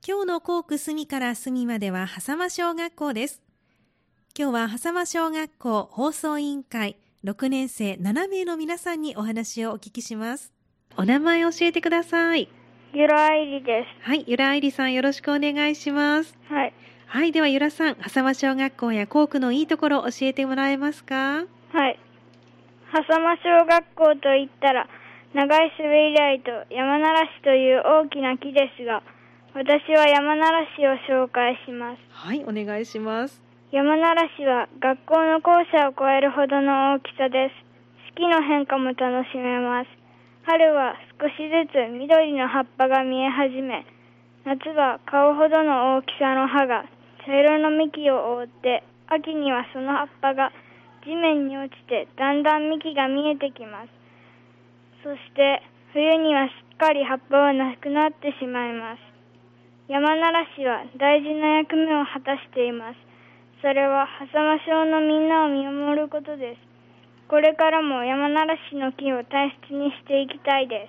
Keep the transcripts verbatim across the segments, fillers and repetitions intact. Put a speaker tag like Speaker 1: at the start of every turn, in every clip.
Speaker 1: 今日の校区隅から隅までは狭間小学校です。今日は狭間小学校放送委員会ろくねん生ななめいの皆さんにお話をお聞きします。お名前を教えてください。
Speaker 2: ゆらあいりです。
Speaker 1: はい、ゆらあいりさんよろしくお願いします。
Speaker 2: はい。
Speaker 1: はい、ではゆらさん、狭間小学校や校区のいいところを教えてもらえますか？
Speaker 2: はい。狭間小学校といったら、長い滑り台と山ならしという大きな木ですが、私は山ならしを紹介します。
Speaker 1: はい、お願いします。
Speaker 2: 山ならしは学校の校舎を超えるほどの大きさです。四季の変化も楽しめます。春は少しずつ緑の葉っぱが見え始め、夏は顔ほどの大きさの葉が茶色の幹を覆って、秋にはその葉っぱが地面に落ちてだんだん幹が見えてきます。そして冬にはすっかり葉っぱはなくなってしまいます。山ならしは大事な役目を果たしています。それは狭間小のみんなを見守ることです。これからも山ならしの木を大切にしていきたいです。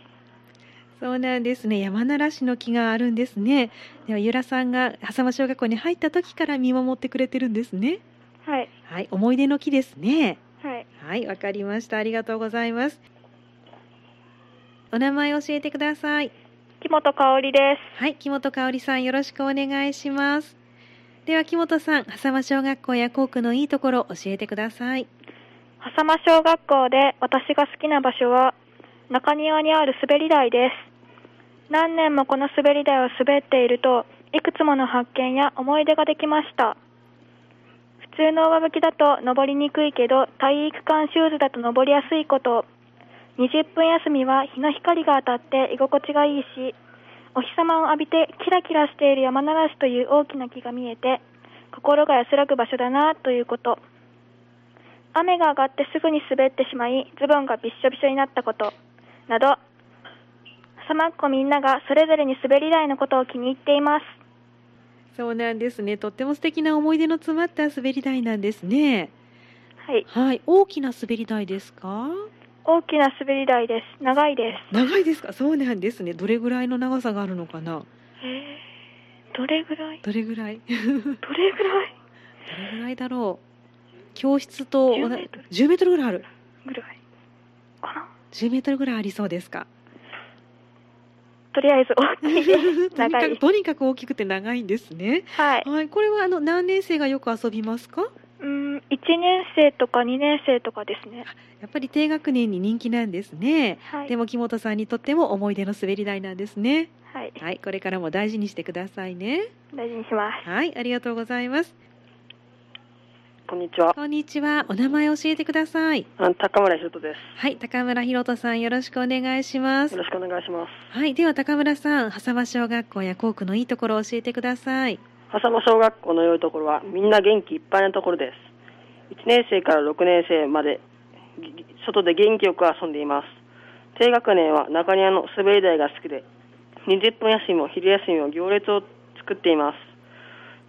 Speaker 1: そうなんですね。山ならしの木があるんですね。ではゆらさんが狭間小学校に入った時から見守ってくれてるんですね。
Speaker 2: はい。
Speaker 1: はい、思い出の木ですね。
Speaker 2: はい。
Speaker 1: はい、わかりました。ありがとうございます。お名前を教えてください。
Speaker 2: 木本香織です。
Speaker 1: はい、木本香織さんよろしくお願いします。では木本さん、狭間小学校や校区のいいところを教えてください。
Speaker 2: 狭間小学校で私が好きな場所は中庭にある滑り台です。何年もこの滑り台を滑っているといくつもの発見や思い出ができました。普通の上向きだと登りにくいけど体育館シューズだと登りやすいこと、にじゅっぷん休みは日の光が当たって居心地がいいし、お日様を浴びてキラキラしている山ならしという大きな木が見えて心が安らぐ場所だなということ、雨が上がってすぐに滑ってしまいズボンがびっしょびしょになったことなど、狭間っ子みんながそれぞれに滑り台のことを気に入っています。
Speaker 1: そうなんですね。とっても素敵な思い出の詰まった滑り台なんですね。
Speaker 2: はい。
Speaker 1: はい、大きな滑り台ですか？
Speaker 2: 大きな滑り台です。長いです。
Speaker 1: 長いですか？そうなんですね。どれぐらいの長さがあるのかな？
Speaker 2: えー、どれぐらい
Speaker 1: どれぐらい
Speaker 2: どれぐらい
Speaker 1: どれぐらいだろう。教室と
Speaker 2: じゅうメートル
Speaker 1: じゅうメートルぐらいある
Speaker 2: ぐらいかな。
Speaker 1: じゅうメートルぐらいありそうですか？
Speaker 2: とりあえず大きいです
Speaker 1: とにか
Speaker 2: 長い
Speaker 1: くとにかく大きくて長いんですね。
Speaker 2: はい、
Speaker 1: はい、これはあの何年生がよく遊びますか？
Speaker 2: うん、いちねん生とかにねん生とかですね。
Speaker 1: やっぱり低学年に人気なんですね。
Speaker 2: はい、
Speaker 1: でも木本さんにとっても思い出の滑り台なんですね。
Speaker 2: はい、
Speaker 1: はい、これからも大事にしてくださいね。
Speaker 2: 大事にします。
Speaker 1: はい、ありがとうございます。
Speaker 3: こんにちは。
Speaker 1: こんにちは。お名前を教えてください。
Speaker 3: あ高村ひろとです。
Speaker 1: はい、高村ひろとさんよろしくお願いします。
Speaker 3: よろしくお願いします。
Speaker 1: はい、では高村さん、狭間小学校や校区のいいところを教えてください。
Speaker 3: 狭間小学校の良いところはみんな元気いっぱいなところです。いちねん生からろくねん生まで外で元気よく遊んでいます。低学年は中庭の滑り台が好きで、にじゅっぷん休みも昼休みも行列を作っています。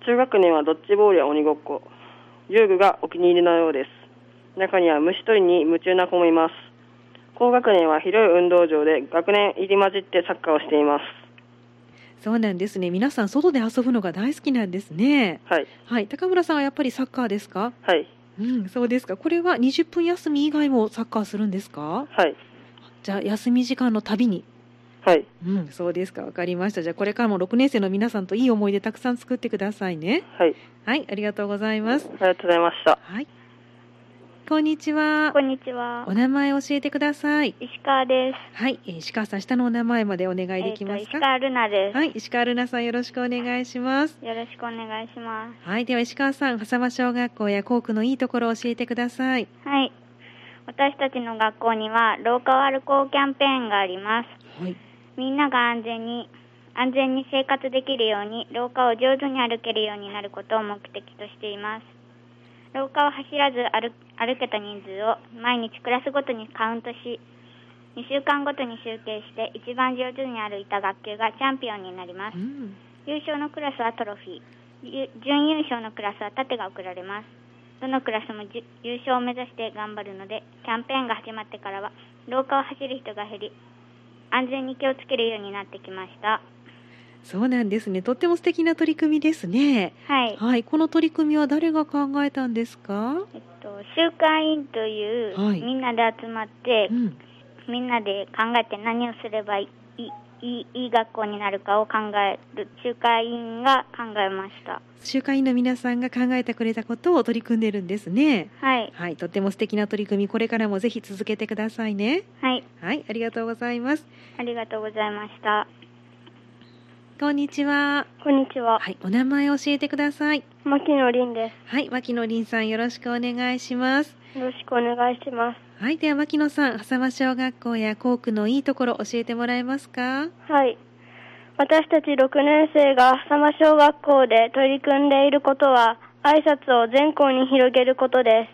Speaker 3: 中学年はドッジボールや鬼ごっこ、遊具がお気に入りのようです。中には虫取りに夢中な子もいます。高学年は広い運動場で学年入り混じってサッカーをしています。
Speaker 1: そうなんですね。皆さん外で遊ぶのが大好きなんですね。
Speaker 3: はい。
Speaker 1: はい。高村さんはやっぱりサッカーですか？
Speaker 3: はい。
Speaker 1: うん、そうですか。これはにじゅっぷん休み以外もサッカーするんですか？
Speaker 3: はい。
Speaker 1: じゃあ休み時間のたびに。
Speaker 3: はい。
Speaker 1: うん、そうですか。わかりました。じゃあこれからもろくねん生の皆さんといい思い出たくさん作ってくださいね。
Speaker 3: はい。
Speaker 1: はい、ありがとうございます。
Speaker 3: ありがとうございました。
Speaker 1: はい。こんにちは。
Speaker 2: こんにちは。
Speaker 1: お名前教えてください。
Speaker 2: 石川です。
Speaker 1: はい、えー石川さん、下のお名前までお願いできますか？
Speaker 2: えー、石川ルナです。
Speaker 1: はい、石川ルナさんよろしくお願いします。
Speaker 2: よろしくお願いします。
Speaker 1: はい、では石川さん、狭間小学校や校区のいいところを教えてください。
Speaker 2: はい。私たちの学校には廊下を歩こうキャンペーンがあります。
Speaker 1: はい。
Speaker 2: みんなが安全に安全に生活できるように廊下を上手に歩けるようになることを目的としています。廊下を走らず 歩, 歩けた人数を毎日クラスごとにカウントし、にしゅうかんごとに集計して一番上手に歩いた学級がチャンピオンになります。
Speaker 1: うん、
Speaker 2: 優勝のクラスはトロフィー、準優勝のクラスは盾が贈られます。どのクラスも優勝を目指して頑張るので、キャンペーンが始まってからは廊下を走る人が減り、安全に気をつけるようになってきました。
Speaker 1: そうなんですね。とっても素敵な取り組みですね。
Speaker 2: はい。
Speaker 1: はい、この取り組みは誰が考えたんですか？
Speaker 2: えっと、集会員という、
Speaker 1: はい
Speaker 2: みんなで集まって、
Speaker 1: うん、
Speaker 2: みんなで考えて何をすればいい、いい、いい学校になるかを考える集会員が考えました。
Speaker 1: 集会員の皆さんが考えてくれたことを取り組んでるんですね。
Speaker 2: はい。
Speaker 1: はい、とっても素敵な取り組み、これからもぜひ続けてくださいね。
Speaker 2: はい。
Speaker 1: はい、ありがとうございます。
Speaker 2: ありがとうございました。
Speaker 1: こんにちは。
Speaker 2: こんにちは。
Speaker 1: はい、お名前を教えてください。
Speaker 2: 牧野凛で
Speaker 1: はい、牧野凛さん、よろしくお願いします。
Speaker 2: す。よろしくお願いします。
Speaker 1: はい、では牧野さん、狭間小学校や校区のいいところ教えてもらえますか？
Speaker 2: はい。私たちろくねん生が狭間小学校で取り組んでいることは、挨拶を全校に広げることです。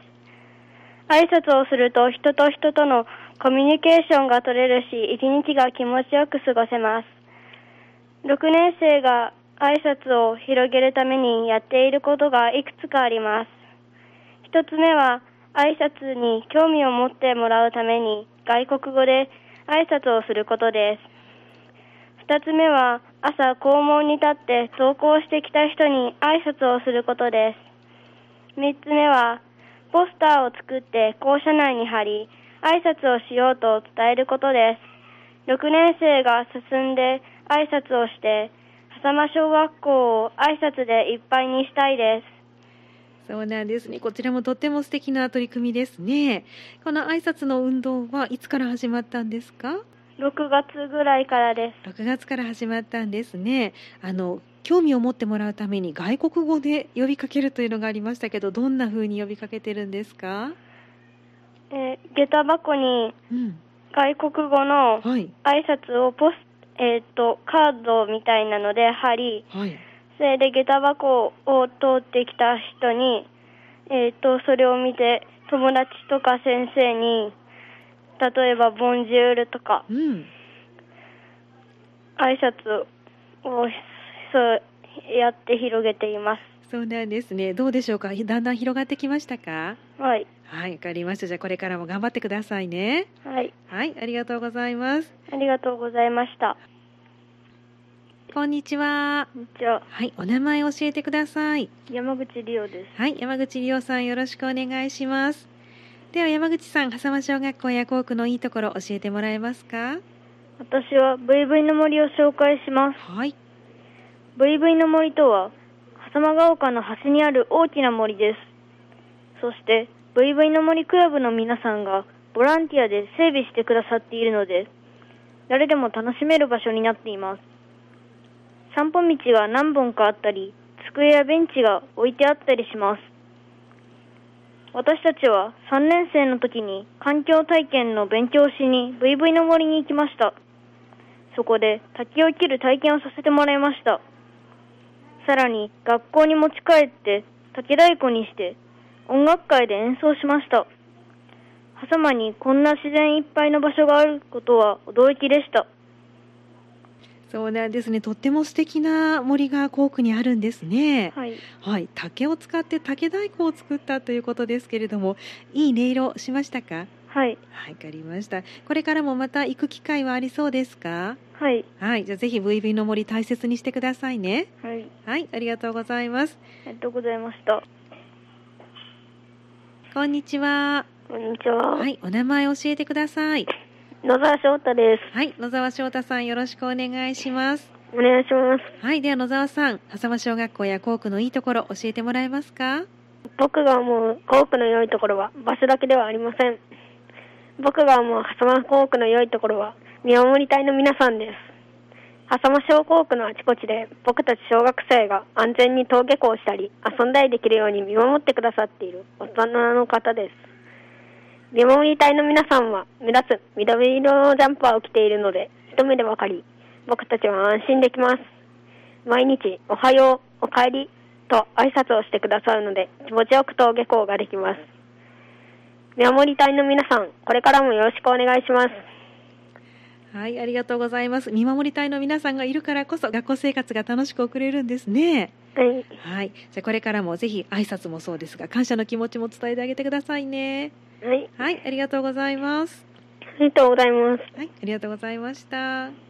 Speaker 2: 挨拶をすると人と人とのコミュニケーションが取れるし、一日が気持ちよく過ごせます。ろくねん生が挨拶を広げるためにやっていることがいくつかあります。一つ目は、挨拶に興味を持ってもらうために外国語で挨拶をすることです。二つ目は、朝校門に立って登校してきた人に挨拶をすることです。三つ目は、ポスターを作って校舎内に貼り、挨拶をしようと伝えることです。ろくねん生が進んで挨拶をして、狭間小学校を挨拶でいっぱいにしたいです。
Speaker 1: そうなんですね。こちらもとっても素敵な取り組みですね。この挨拶の運動はいつから始まったんですか？
Speaker 2: ろくがつぐらいからです。
Speaker 1: ろくがつから始まったんですね。あの興味を持ってもらうために外国語で呼びかけるというのがありましたけど、どんな風に呼びかけてるんですか？
Speaker 2: えー、下駄箱に
Speaker 1: うん
Speaker 2: 外国語の
Speaker 1: はい、
Speaker 2: 挨拶をポス、えー、とカードみたいなので貼り、
Speaker 1: はい、
Speaker 2: それで下駄箱を通ってきた人に、えー、とそれを見て友達とか先生に、例えばボンジュールとか
Speaker 1: うん、
Speaker 2: 挨拶をそうやって広げています。
Speaker 1: そうなんですね。どうでしょうか？だんだん広がってきましたか？
Speaker 2: はい。
Speaker 1: はい、わかりました。じゃあこれからも頑張ってくださいね。
Speaker 2: はい。
Speaker 1: はい、ありがとうございます。
Speaker 2: ありがとうございました。
Speaker 1: こんにちは。
Speaker 2: こんにちは。
Speaker 1: はい、お名前教えてください。
Speaker 2: 山口理央です。
Speaker 1: はい、山口理央さん、よろしくお願いします。では山口さん、狭間小学校や校区のいいところ教えてもらえますか？
Speaker 2: 私は ブイブイ の森を紹介します。
Speaker 1: はい、
Speaker 2: ブイブイ の森とは、狭間が丘の端にある大きな森です。そして、ブイブイ の森クラブの皆さんがボランティアで整備してくださっているので、誰でも楽しめる場所になっています。散歩道が何本かあったり、机やベンチが置いてあったりします。私たちはさんねん生の時に環境体験の勉強をしに ブイブイ の森に行きました。そこで竹を切る体験をさせてもらいました。さらに学校に持ち帰って竹太鼓にして音楽会で演奏しました。狭間にこんな自然いっぱいの場所があることは驚きでした。
Speaker 1: そうなんですね。とっても素敵な森が校区にあるんですね。
Speaker 2: はい。
Speaker 1: はい、竹を使って竹太鼓を作ったということですけれども、いい音色しましたか？
Speaker 2: はい。
Speaker 1: はい、わかりました。これからもまた行く機会はありそうですか？
Speaker 2: はい。
Speaker 1: はい、じゃあぜひ ブイブイ の森大切にしてくださいね。
Speaker 2: はい。
Speaker 1: はい、ありがとうございます。
Speaker 2: ありがとうございました。
Speaker 1: こんにちは。
Speaker 2: こんにちは。
Speaker 1: はい、お名前教えてください。
Speaker 2: 野沢翔太です。
Speaker 1: はい、野沢翔太さん、よろしくお願いします。
Speaker 2: お願いします。
Speaker 1: はい、では野沢さん、狭間小学校や校区のいいところ教えてもらえますか？
Speaker 2: 僕が思う校区の良いところは場所だけではありません。僕が思う狭間校区の良いところは見守り隊の皆さんです。狭間小校区のあちこちで僕たち小学生が安全に登下校したり遊んだりできるように見守ってくださっている大人の方です。見守り隊の皆さんは目立つ緑色のジャンパーを着ているので一目でわかり、僕たちは安心できます。毎日おはよう、おかえりと挨拶をしてくださるので気持ちよく登下校ができます。見守り隊の皆さん、これからもよろしくお願いします。
Speaker 1: はい、ありがとうございます。見守り隊の皆さんがいるからこそ学校生活が楽しく送れるんですね。
Speaker 2: はい。
Speaker 1: はい、じゃあこれからもぜひ挨拶もそうですが感謝の気持ちも伝えてあげてくださいね。
Speaker 2: はい。
Speaker 1: はい、ありがとうございます。
Speaker 2: ありがとうございます。
Speaker 1: はい、ありがとうございました。